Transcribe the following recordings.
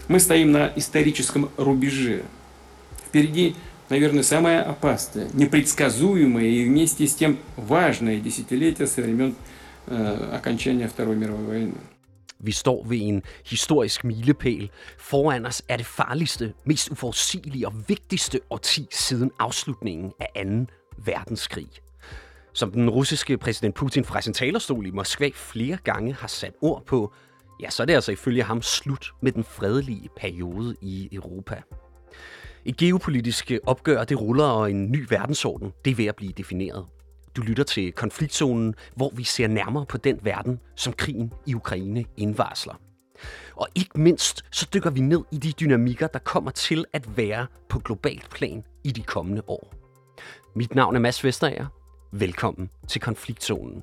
Мы стоим на историческом рубеже. Впереди, наверное, самое опасное, непредсказуемое и вместе с тем важное десятилетие со времен окончания Второй мировой войны. Vi står ved en historisk milepæl. Foran os er det farligste, mest uforudsigelige og vigtigste årti siden afslutningen af 2. verdenskrig. Som den russiske præsident Putin fra sin talerstol i Moskva flere gange har sat ord på, ja, så er det altså ifølge ham slut med den fredelige periode i Europa. Et geopolitisk opgør, det ruller, og en ny verdensorden, det er ved at blive defineret. Du lytter til Konfliktzonen, hvor vi ser nærmere på den verden, som krigen i Ukraine indvarsler. Og ikke mindst, så dykker vi ned i de dynamikker, der kommer til at være på globalt plan i de kommende år. Mit navn er Mads Vesterager. Velkommen til Konfliktzonen.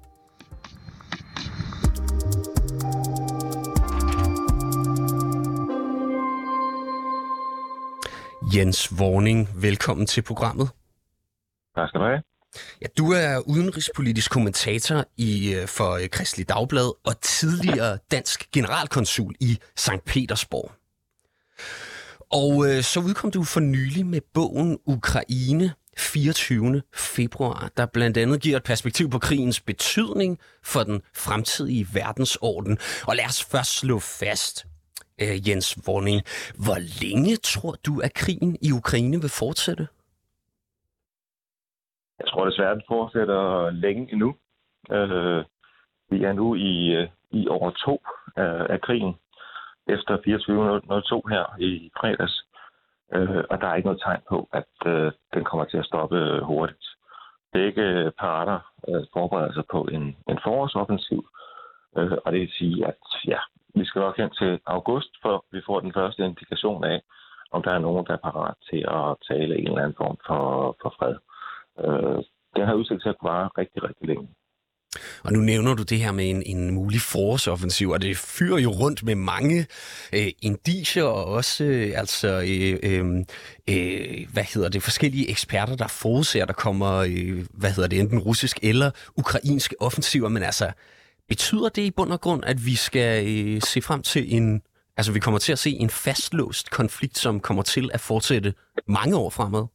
Jens Worning, velkommen til programmet. Tak skal du have. Ja, du er udenrigspolitisk kommentator for Kristeligt Dagblad og tidligere dansk generalkonsul i Sankt Petersborg. Og så udkom du for nylig med bogen Ukraine 24. februar, der blandt andet giver et perspektiv på krigens betydning for den fremtidige verdensorden. Og lad os først slå fast, Jens Worning, hvor længe tror du, at krigen i Ukraine vil fortsætte? Jeg tror desværre, at den fortsætter længe endnu. Vi er nu i år 2 af krigen, efter 24.02 her i fredags. Og der er ikke noget tegn på, at den kommer til at stoppe hurtigt. Begge parter forbereder sig på en forårsoffensiv. Og det vil sige, at ja, vi skal nok hen til august, for vi får den første indikation af, om der er nogen, der er parat til at tale en eller anden form for fred. Den har udsigt til at vare rigtig, rigtig længe. Og nu nævner du det her med en mulig forårsoffensiv, og det fyrer jo rundt med mange indicier og også forskellige eksperter, der forudser, der kommer enten russisk eller ukrainske offensiver. Men altså, betyder det i bund og grund, at vi skal se frem til vi kommer til at se en fastlåst konflikt, som kommer til at fortsætte mange år fremad?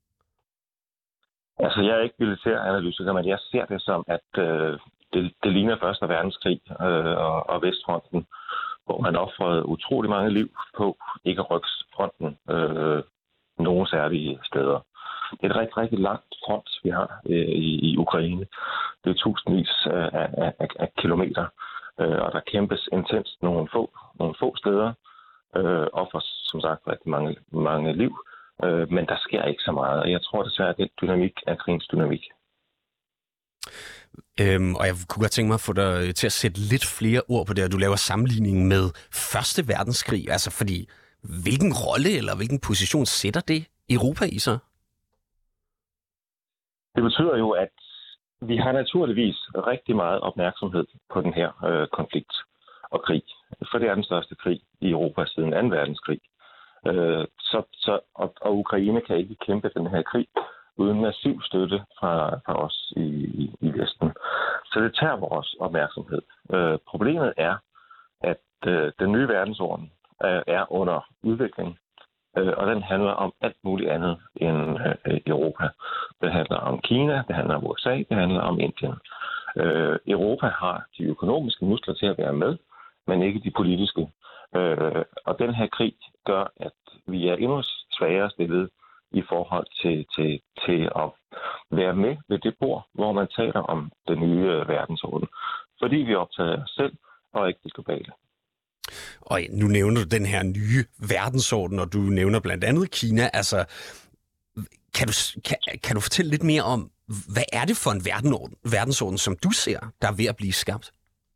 Altså, jeg er ikke militæranalytiker, men jeg ser det som, at det ligner 1. verdenskrig og Vestfronten, hvor man offrede utrolig mange liv på ikke at rykke fronten nogen særlige steder. Det er et rigtig, rigtig langt front, vi har i Ukraine. Det er tusindvis af kilometer, og der kæmpes intenst nogle få steder. Offres, som sagt, rigtig mange liv. Men der sker ikke så meget, og jeg tror desværre, at det dynamik er krigens dynamik. Og jeg kunne godt tænke mig at få dig til at sætte lidt flere ord på det, at du laver sammenligningen med 1. verdenskrig. Altså fordi, hvilken rolle eller hvilken position sætter det Europa i sig? Det betyder jo, at vi har naturligvis rigtig meget opmærksomhed på den her konflikt og krig. For det er den største krig i Europa siden 2. verdenskrig. Og Ukraine kan ikke kæmpe den her krig uden massiv støtte fra os i Vesten. Så det tager vores opmærksomhed. Problemet er, at den nye verdensorden er under udvikling, og den handler om alt muligt andet end Europa. Det handler om Kina, det handler om USA, det handler om Indien. Europa har de økonomiske muskler til at være med, men ikke de politiske. Og den her krig gør, at vi er endnu svagere stillet i forhold til at være med ved det bord, hvor man taler om den nye verdensorden. Fordi vi optager os selv og ikke det globale. Og nu nævner du den her nye verdensorden, og du nævner blandt andet Kina. Altså, kan du fortælle lidt mere om, hvad er det for en verdensorden, som du ser, der er ved at blive skabt?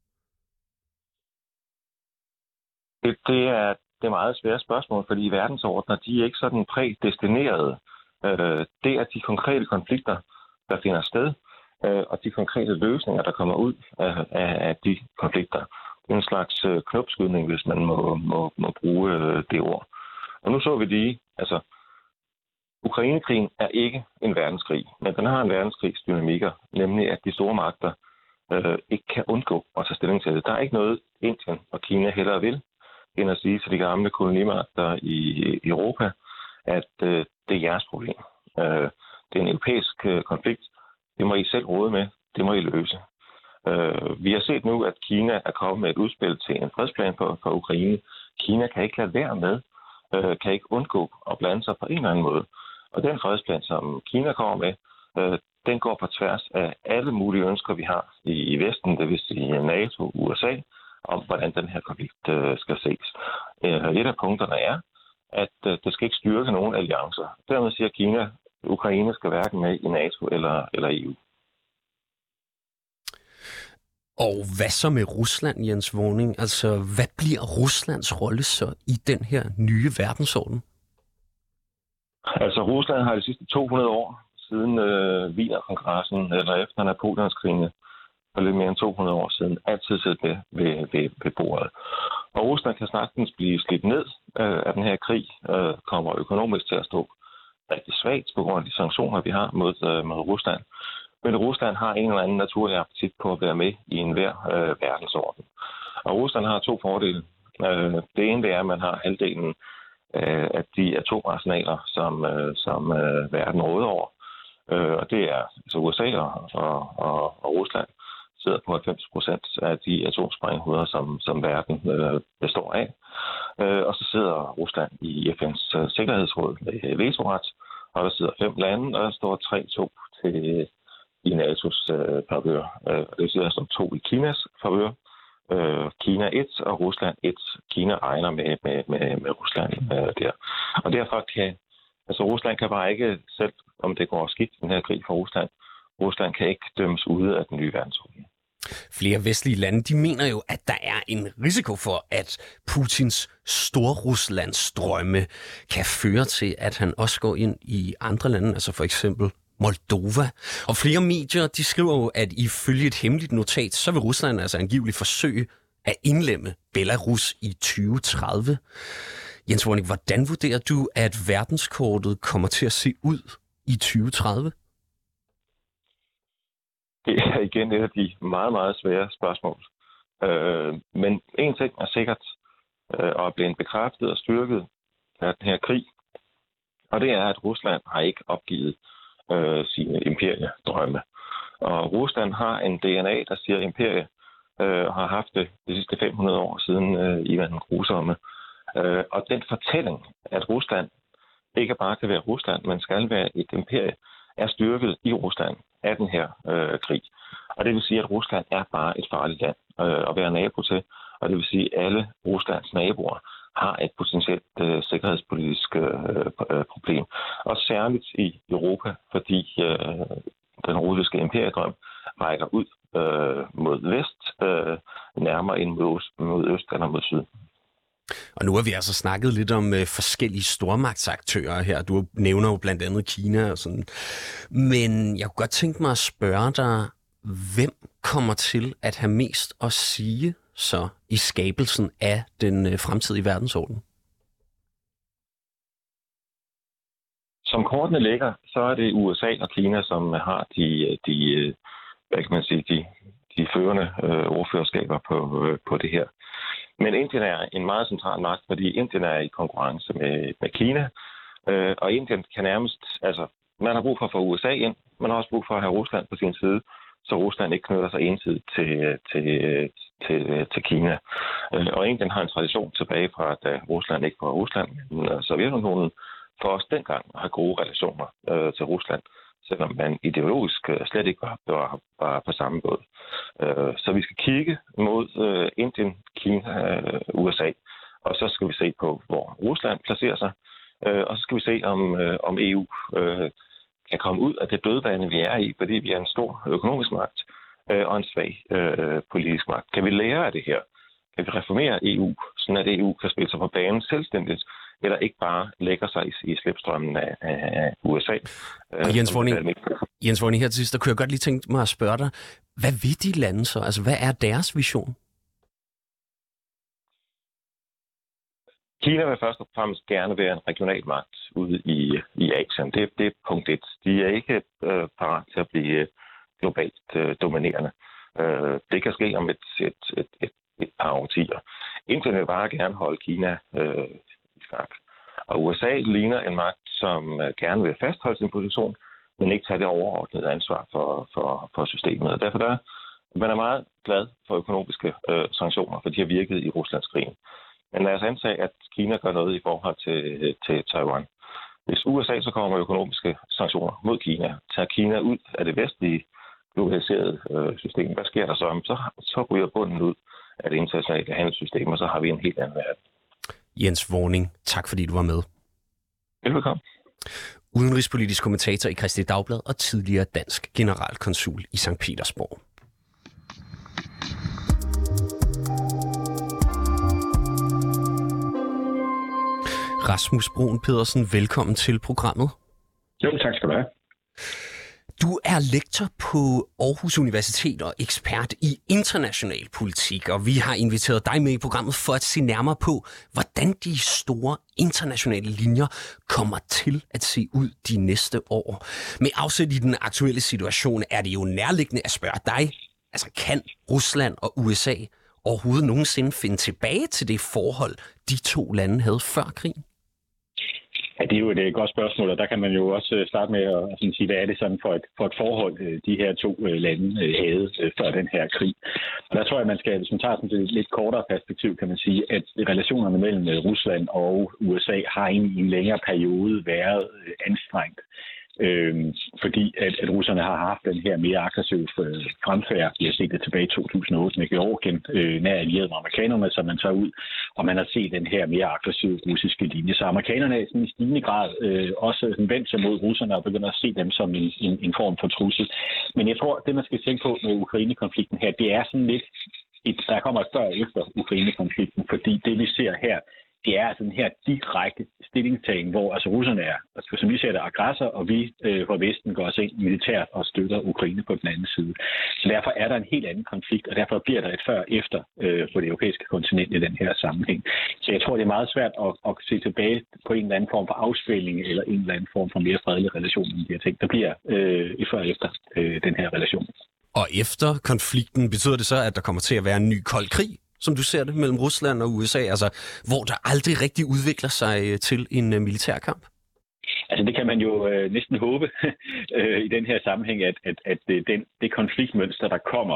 Det er meget svære spørgsmål, fordi verdensordner, de er ikke sådan prædestinerede. Det er de konkrete konflikter, der finder sted, og de konkrete løsninger, der kommer ud af de konflikter. Det er en slags knopskydning, hvis man må bruge det ord. Og nu så vi lige, altså, Ukrainekrigen er ikke en verdenskrig, men den har en verdenskrigs dynamikker, nemlig at de store magter ikke kan undgå at tage stilling til det. Der er ikke noget, Indien og Kina hellere vil, end at sige til de gamle kolonimagter i Europa, at det er jeres problem. Det er en europæisk konflikt. Det må I selv råde med. Det må I løse. Vi har set nu, at Kina er kommet med et udspil til en fredsplan for Ukraine. Kina kan ikke lade være med, kan ikke undgå at blande sig på en eller anden måde. Og den fredsplan, som Kina kommer med, den går på tværs af alle mulige ønsker, vi har i Vesten, det vil sige NATO, USA, om hvordan den her konflikt skal ses. Et af punkterne er, at det skal ikke styrke nogen alliancer. Dermed siger Kina, Ukraine skal hverken med i NATO eller EU. Og hvad så med Rusland, Jens Worning? Altså, hvad bliver Ruslands rolle så i den her nye verdensorden? Altså, Rusland har de sidste 200 år, siden Wienerkongressen, eller efter Napoleonskrigene, for lidt mere end 200 år siden, altid siddet ved bordet. Og Rusland kan sagtens blive slidt ned af den her krig, kommer økonomisk til at stå rigtig svagt på grund af de sanktioner, vi har mod Rusland. Men Rusland har en eller anden naturlig appetit på at være med i enhver verdensorden. Og Rusland har 2 fordele. Det ene det er, at man har halvdelen af de atomarsenaler, som verden råder over. Og det er altså USA og Rusland sidder på 90% af de atomsprænghoveder, som verden består af. Og så sidder Rusland i FN's Sikkerhedsråd med vetoret, og der sidder 5 lande, og der står 3-2 til i NATO's favør. Det sidder som 2 i Kinas favør. Kina 1 og Rusland 1. Kina regner med Rusland der. Og derfor kan Rusland kan bare ikke, selv om det går skidt den her krig for Rusland kan ikke dømmes ude af den nye verdensorden. Flere vestlige lande, de mener jo, at der er en risiko for, at Putins Storruslands drømme kan føre til, at han også går ind i andre lande, altså for eksempel Moldova. Og flere medier, de skriver jo, at ifølge et hemmeligt notat, så vil Rusland altså angiveligt forsøge at indlemme Belarus i 2030. Jens Worning, hvordan vurderer du, at verdenskortet kommer til at se ud i 2030? Det er igen et af de meget, meget svære spørgsmål. Men en ting er sikkert, og er blevet bekræftet og styrket af den her krig, og det er, at Rusland har ikke opgivet sine imperiedrømme. Og Rusland har en DNA, der siger imperie, og har haft det de sidste 500 år siden Ivan den Grusomme. Og den fortælling, at Rusland ikke bare kan være Rusland, men skal være et imperie, er styrket i Rusland af den her krig. Og det vil sige, at Rusland er bare et farligt land at være nabo til. Og det vil sige, at alle Ruslands naboer har et potentielt sikkerhedspolitisk problem. Og særligt i Europa, fordi den russiske imperiedrøm rækker ud mod vest, nærmere ind mod øst eller mod syd. Og nu har vi altså snakket lidt om forskellige stormagtsaktører her. Du nævner jo blandt andet Kina og sådan. Men jeg kunne godt tænke mig at spørge dig, hvem kommer til at have mest at sige så i skabelsen af den fremtidige verdensorden? Som kortene ligger, så er det USA og Kina, som har de hvad kan man sige, de førende ordførerskaber på det her. Men Indien er en meget central magt, fordi Indien er i konkurrence med Kina. Og Indien kan nærmest, altså man har brug for at få USA ind, man har også brug for at have Rusland på sin side, så Rusland ikke knytter sig ensidigt til Kina. Og Indien har en tradition tilbage fra, da Rusland ikke var Rusland, men Sovjetunionen for os dengang at have gode relationer til Rusland, selvom man ideologisk slet ikke var på samme båd. Så vi skal kigge mod Indien, Kina, USA, og så skal vi se på, hvor Rusland placerer sig, og så skal vi se, om EU kan komme ud af det dødvande, vi er i, fordi vi er en stor økonomisk magt og en svag politisk magt. Kan vi lære af det her? Kan vi reformere EU, sådan at EU kan spille sig på banen selvstændigt, eller ikke bare lægger sig i slipstrømmen af USA. Og Jens Worning, her til sidst, der kunne jeg godt lige tænke mig at spørge dig, hvad vil de lande så? Altså, hvad er deres vision? Kina vil først og fremmest gerne være en regional magt ude i Asien. Det er punkt 1. De er ikke parat til at blive globalt dominerende. Det kan ske om et par årtier. Indien vil bare gerne holde Kina i skak. Og USA ligner en magt, som gerne vil fastholde sin position, men ikke tage det overordnede ansvar for systemet. Og derfor man er meget glad for økonomiske sanktioner, for de har virket i Ruslandskrigen. Men lad os antage, at Kina gør noget i forhold til Taiwan. Hvis USA så kommer med økonomiske sanktioner mod Kina, tager Kina ud af det vestlige globaliserede system. Hvad sker der så? Så ryger bunden ud af det internationale handelssystem, og så har vi en helt anden verden. Jens Worning, tak fordi du var med. Velkommen. Udenrigspolitisk kommentator i Kristeligt Dagblad og tidligere dansk generalkonsul i Sankt Petersborg. Rasmus Bruun Pedersen, velkommen til programmet. Jo, tak skal du have. Du er lektor på Aarhus Universitet og ekspert i international politik, og vi har inviteret dig med i programmet for at se nærmere på, hvordan de store internationale linjer kommer til at se ud de næste år. Med afsæt i den aktuelle situation er det jo nærliggende at spørge dig, altså kan Rusland og USA overhovedet nogensinde finde tilbage til det forhold, de to lande havde før krigen? Ja, det er jo et godt spørgsmål, og der kan man jo også starte med at sige, hvad er det sådan for et forhold, de her to lande havde før den her krig. Og der tror jeg, man skal, hvis man tager sådan et lidt kortere perspektiv, kan man sige, at relationerne mellem Rusland og USA har i en længere periode været anstrengt. Fordi at russerne har haft den her mere aggressive fremfærd. Vi har set det tilbage i 2008 med Georgien, nær allieret med amerikanerne, som man tager ud, og man har set den her mere aggressive russiske linje. Så amerikanerne er sådan i stigende grad også vendt sig mod russerne og begynder at se dem som en form for trussel. Men jeg tror, det man skal tænke på med Ukraine-konflikten her, det er sådan lidt, der kommer et før og efter Ukraine-konflikten, fordi det vi ser her, det er altså den her direkte stillingtagen, hvor altså russerne er, som vi ser det, aggressor, og vi fra Vesten går os ind militært og støtter Ukraine på den anden side. Så derfor er der en helt anden konflikt, og derfor bliver der et før og efter på det europæiske kontinent i den her sammenhæng. Så jeg tror, det er meget svært at se tilbage på en eller anden form for afspænding eller en eller anden form for mere fredelig relation end de her ting. Der bliver et før og efter den her relation. Og efter konflikten betyder det så, at der kommer til at være en ny kold krig, som du ser det, mellem Rusland og USA, altså hvor der aldrig rigtig udvikler sig til en militærkamp? Altså det kan man jo næsten håbe i den her sammenhæng, at det konfliktmønster, der kommer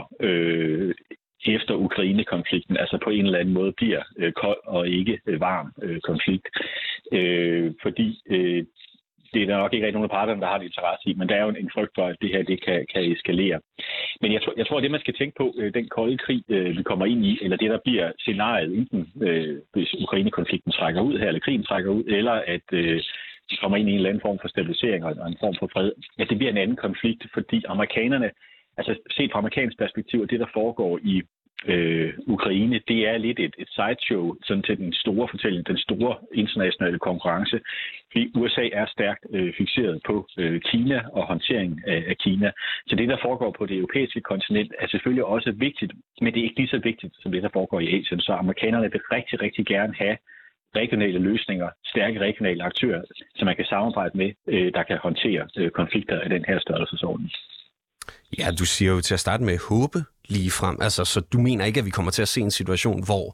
efter Ukraine-konflikten, altså på en eller anden måde bliver kold og ikke varm konflikt. Fordi det er der nok ikke rigtig nogen af parterne, der har det interesse i, men der er jo en frygt for, at det her det kan eskalere. Men jeg tror, at det, man skal tænke på, den kolde krig, vi kommer ind i, eller det, der bliver scenariet, enten hvis Ukraine-konflikten trækker ud her, eller krigen trækker ud, eller at vi kommer ind i en eller anden form for stabilisering og en form for fred, at det bliver en anden konflikt, fordi amerikanerne, altså set fra amerikansk perspektiv, og det, der foregår i Ukraine, det er lidt et sideshow sådan til den store fortælling, den store internationale konkurrence. Fordi USA er stærkt fikseret på Kina og håndteringen af Kina. Så det, der foregår på det europæiske kontinent, er selvfølgelig også vigtigt, men det er ikke lige så vigtigt, som det, der foregår i Asien. Så amerikanerne vil rigtig, rigtig gerne have regionale løsninger, stærke regionale aktører, som man kan samarbejde med, der kan håndtere konflikter af den her størrelsesorden. Ja, du siger jo til at starte med håbe lige frem. Altså, så du mener ikke, at vi kommer til at se en situation, hvor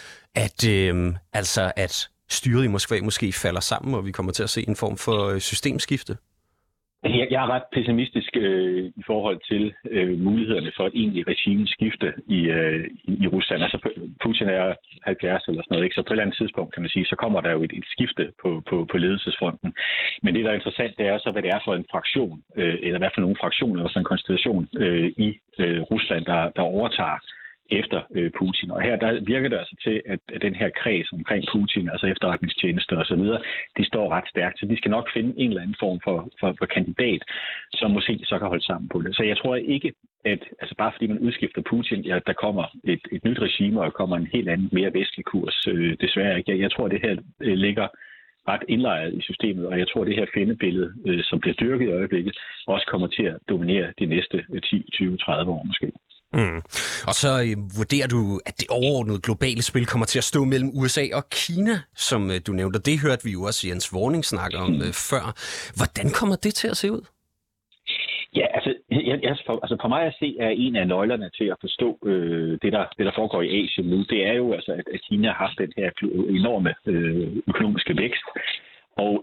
at styret i Moskva måske falder sammen, og vi kommer til at se en form for systemskifte? Jeg er ret pessimistisk i forhold til mulighederne for et egentligt regimeskifte i Rusland. Altså Putin er 70 eller sådan noget, ikke? Så på et eller andet tidspunkt, kan man sige, så kommer der jo et skifte på ledelsesfronten. Men det, der er interessant, det er så, hvad det er for en fraktion, eller hvad for nogle fraktioner, eller sådan en konstellation i Rusland, der overtager efter Putin. Og her der virker det altså til, at den her kreds omkring Putin, altså efterretningstjenester og så videre, de står ret stærkt. Så de skal nok finde en eller anden form for kandidat, som måske så kan holde sammen på det. Så jeg tror ikke, at altså bare fordi man udskifter Putin, ja, der kommer et nyt regime, og der kommer en helt anden, mere vestlig kurs. Desværre ikke. Jeg tror, at det her ligger ret indlejret i systemet, og jeg tror, at det her fjendebillede, som bliver dyrket i øjeblikket, også kommer til at dominere de næste 10, 20, 30 år måske. Mm. Og så vurderer du, at det overordnede globale spil kommer til at stå mellem USA og Kina, som du nævnte. Det hørte vi jo også Jens Worning snakke om før. Hvordan kommer det til at se ud? Ja, altså For mig at se er en af nøglerne til at forstå det, der foregår i Asien nu, det er jo altså, at Kina har haft den her enorme økonomiske vækst, og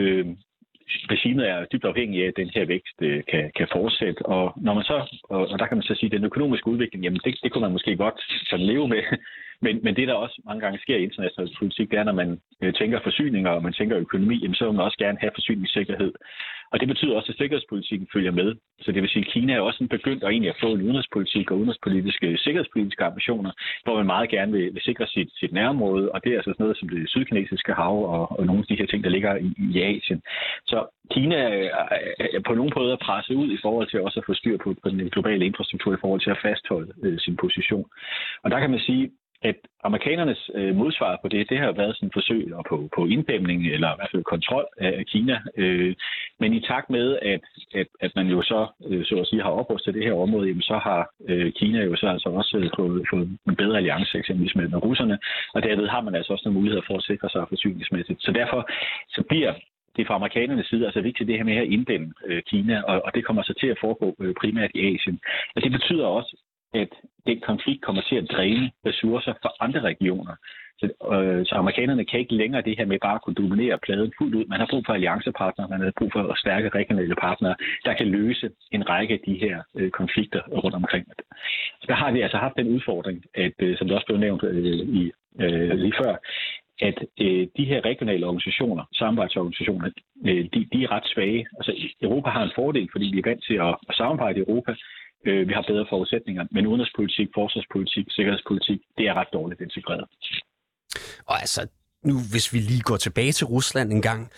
regimet er dybt afhængig af, at den her vækst kan fortsætte. Og når man så, og der kan man så sige, at den økonomiske udvikling, jamen det kunne man måske godt sådan leve med. Men det, der også mange gange sker i international politik, det er, når man tænker forsyninger og man tænker økonomi, jamen, så vil man også gerne have forsyningssikkerhed. Og det betyder også, at sikkerhedspolitikken følger med. Så det vil sige, at Kina er også begyndt at få en udenrigspolitik og udenrigspolitiske sikkerhedspolitiske ambitioner, hvor man meget gerne vil sikre sit nærområde, og det er altså sådan noget som det sydkinesiske hav og nogle af de her ting, der ligger i Asien. Så Kina er på nogle måder presset ud i forhold til også at få styr på den globale infrastruktur i forhold til at fastholde sin position. Og der kan man sige, at amerikanernes modsvar på det har været sådan et forsøg på inddæmning eller i hvert fald kontrol af Kina. Men i takt med, at man jo så at sige har oprustet det her område, jamen, så har Kina jo så altså også fået en bedre alliance eksempelvis med russerne, og derved har man altså også nogle muligheder for at sikre sig forsyningsmæssigt. Så derfor så bliver det fra amerikanernes side altså vigtigt det her med at inddæmme Kina, og det kommer så til at foregå primært i Asien. Og det betyder også, at den konflikt kommer til at dræne ressourcer fra andre regioner. Så amerikanerne kan ikke længere det her med bare at kunne dominere pladen fuldt ud. Man har brug for alliancepartnere, man har brug for stærke regionale partnere, der kan løse en række af de her konflikter rundt omkring. Så der har vi altså haft den udfordring, at, som det også blev nævnt lige før, at de her regionale organisationer, samarbejdsorganisationer, de er ret svage. Altså Europa har en fordel, fordi vi er vant til at samarbejde i Europa. Vi har bedre forudsætninger, men udenrigspolitik, forsvarspolitik, sikkerhedspolitik, det er ret dårligt integreret. Og altså, nu hvis vi lige går tilbage til Rusland en gang,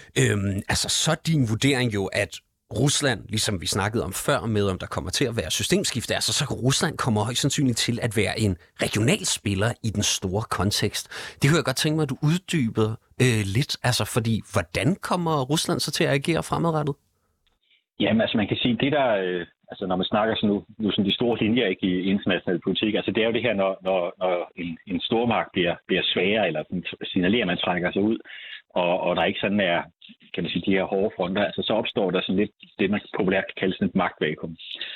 så er din vurdering jo, at Rusland, ligesom vi snakkede om før med, om der kommer til at være systemskifte, altså så kan Rusland komme højst sandsynligt til at være en regional spiller i den store kontekst. Det kunne jeg godt tænke mig, at du uddybede lidt, altså fordi, hvordan kommer Rusland så til at agere fremadrettet? Jamen, altså man kan sige, det der, altså når man snakker sådan nu sådan de store linjer ikke i international politik, altså det er jo det her, når en stormagt bliver svagere, eller den signalerer, man trækker sig ud, og der ikke sådan er, kan man sige, de her hårde fronter, altså så opstår der sådan lidt det, man populært kan kalde sådan et magtvakuum.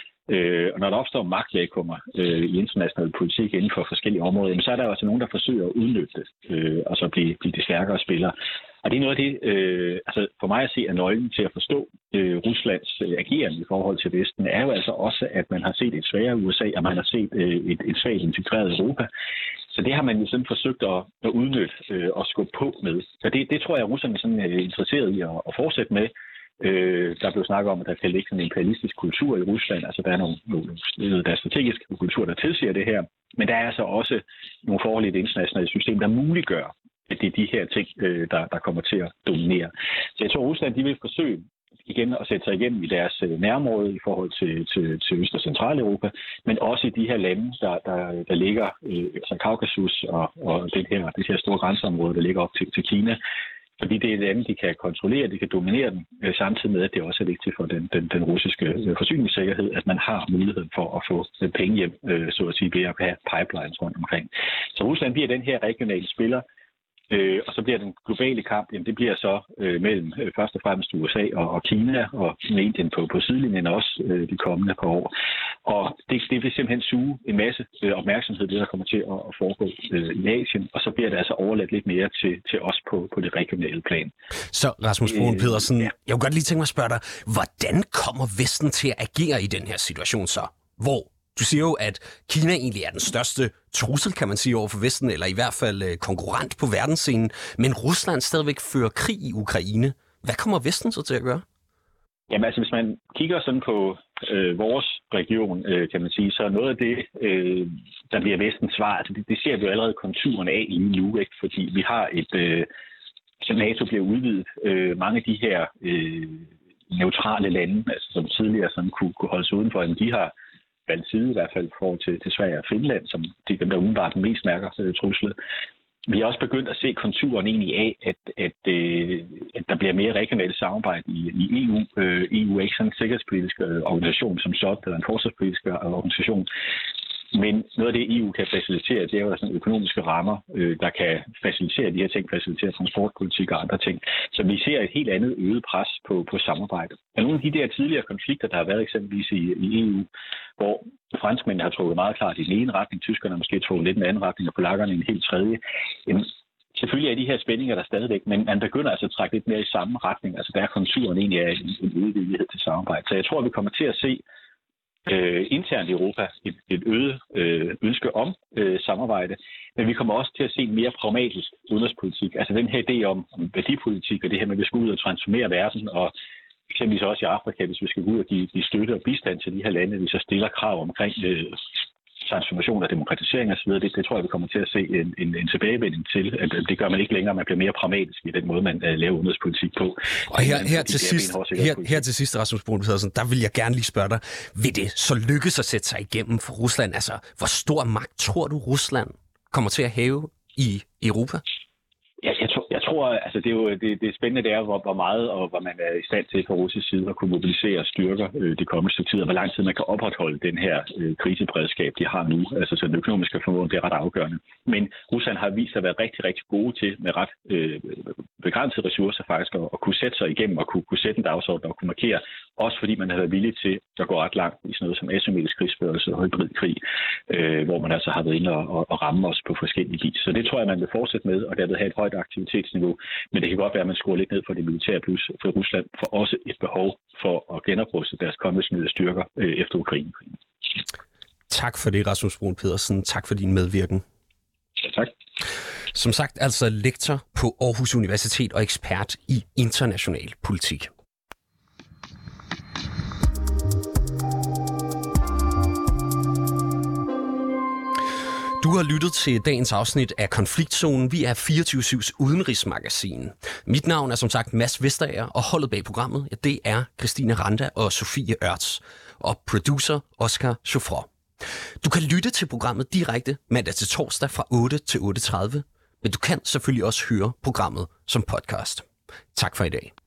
Og når der opstår magtvakuummer i international politik inden for forskellige områder, så er der også nogen, der forsøger at udnytte det, og så blive de stærkere spillere. Og det er noget af det, altså for mig at se, er nøglen til at forstå Ruslands ageren i forhold til Vesten, er jo altså også, at man har set et svagere USA, og man har set et svagt integreret Europa. Så det har man jo sådan forsøgt at udnytte og skubbe på med. Så det tror jeg, at russerne er sådan interesseret i at fortsætte med. Der blev snakket om, at der kan ligge sådan en imperialistisk kultur i Rusland. Altså der er der er strategisk kultur, der tilsiger det her. Men der er altså også nogle forhold i det internationale system, der muliggør, at det er de her ting, der kommer til at dominere. Så jeg tror, at Rusland de vil forsøge igen at sætte sig igennem i deres nærområde i forhold til Øst- og Centraleuropa, men også i de her lande, der ligger, altså Kaukasus og det her store grænseområde, der ligger op til Kina. Fordi det er lande, de kan kontrollere, de kan dominere den, samtidig med, at det også er vigtigt for den russiske forsyningssikkerhed, at man har muligheden for at få penge hjem, så at sige, ved at have pipelines rundt omkring. Så Rusland bliver den her regionale spiller, og så bliver den globale kamp, jamen det bliver så mellem først og fremmest USA og Kina og Indien på sidelinjen også de kommende par år. Og det vil simpelthen suge en masse opmærksomhed, det der kommer til at foregå i Asien, og så bliver det altså overladt lidt mere til os på det regionale plan. Så Rasmus Broen Pedersen, jeg kunne godt lige tænke mig at spørge dig, hvordan kommer Vesten til at agere i den her situation så? Hvor du siger jo, at Kina egentlig er den største trussel, kan man sige, over for Vesten, eller i hvert fald konkurrent på verdensscenen, men Rusland stadigvæk fører krig i Ukraine. Hvad kommer Vesten så til at gøre? Jamen altså, hvis man kigger sådan på vores region, kan man sige, så noget af det, der bliver Vestens svar, altså det ser vi jo allerede konturerne af lige nu, ikke? Fordi vi har så NATO bliver udvidet. Mange af de her neutrale lande, altså, som tidligere sådan kunne holde sig udenfor, de har valgt side i hvert fald for til Sverige og Finland, som det er dem, der umiddelbart mest mærker truslet. Vi har også begyndt at se konturen egentlig af, at der bliver mere regionalt samarbejde i EU. EU er ikke sådan en sikkerhedspolitisk organisation som sådan, eller en forsvarspolitisk organisation. Men noget af det, EU kan facilitere, det er jo sådan økonomiske rammer, der kan facilitere de her ting, facilitere transportpolitik og andre ting. Så vi ser et helt andet øget pres på samarbejde. Og nogle af de der tidligere konflikter, der har været eksempelvis i EU, hvor franskmændene har trukket meget klart i den ene retning, tyskerne har måske trukket lidt i den anden retning, og polakkerne i en helt tredje. Selvfølgelig er de her spændinger der stadigvæk, men man begynder altså at trække lidt mere i samme retning. Altså der er konturen egentlig af en øget villighed til samarbejde. Så jeg tror, at vi kommer til at se internt i Europa et øget ønske om samarbejde, men vi kommer også til at se mere pragmatisk udenrigspolitik. Altså den her idé om værdipolitik og det her med, at vi skal ud og transformere verden, og eksempelvis også i Afrika, hvis vi skal ud og give støtte og bistand til de her lande, vi så stiller krav omkring transformation og demokratisering osv., det tror jeg, vi kommer til at se en tilbagevending til. At det gør man ikke længere, man bliver mere pragmatisk i den måde, man laver udenrigspolitik på. Og her til sidst, Rasmus Bruun Pedersen, der vil jeg gerne lige spørge dig, vil det så lykkes at sætte sig igennem for Rusland? Altså, hvor stor magt tror du, Rusland kommer til at have i Europa? Jeg tror, altså det spændende er, hvor meget og hvor man er i stand til fra russisk side at kunne mobilisere styrker de kommende stykke tid, og hvor lang tid man kan opretholde den her kriseberedskab, de har nu. Altså så den økonomiske formål, det er ret afgørende. Men Rusland har vist sig at være rigtig, rigtig gode til med ret begrænsede ressourcer faktisk at kunne sætte sig igennem og kunne sætte en dagsorden og kunne markere, også fordi man har været villig til at gå ret langt i sådan noget som asymmetrisk krigsførelse og hybridkrig, hvor man altså har været inde og ramme os på forskellige vis. Så det tror jeg, man vil fortsætte med, og derved have et højt aktivitetsniveau. Men det kan godt være, at man skruer lidt ned for det militære plus, for Rusland får også et behov for at genopruste deres konventionelle styrker efter Ukraine-krigen. Tak for det, Rasmus Bruun Pedersen. Tak for din medvirken. Ja, tak. Som sagt, altså lektor på Aarhus Universitet og ekspert i international politik. Du har lyttet til dagens afsnit af Konfliktzonen. Vi er 24/7's udenrigsmagasin. Mit navn er som sagt Mads Vesterager, og holdet bag programmet, ja, det er Christine Randa og Sofie Ørts. Og producer Oscar Chauffrot. Du kan lytte til programmet direkte mandag til torsdag fra 8 til 8:30, men du kan selvfølgelig også høre programmet som podcast. Tak for i dag.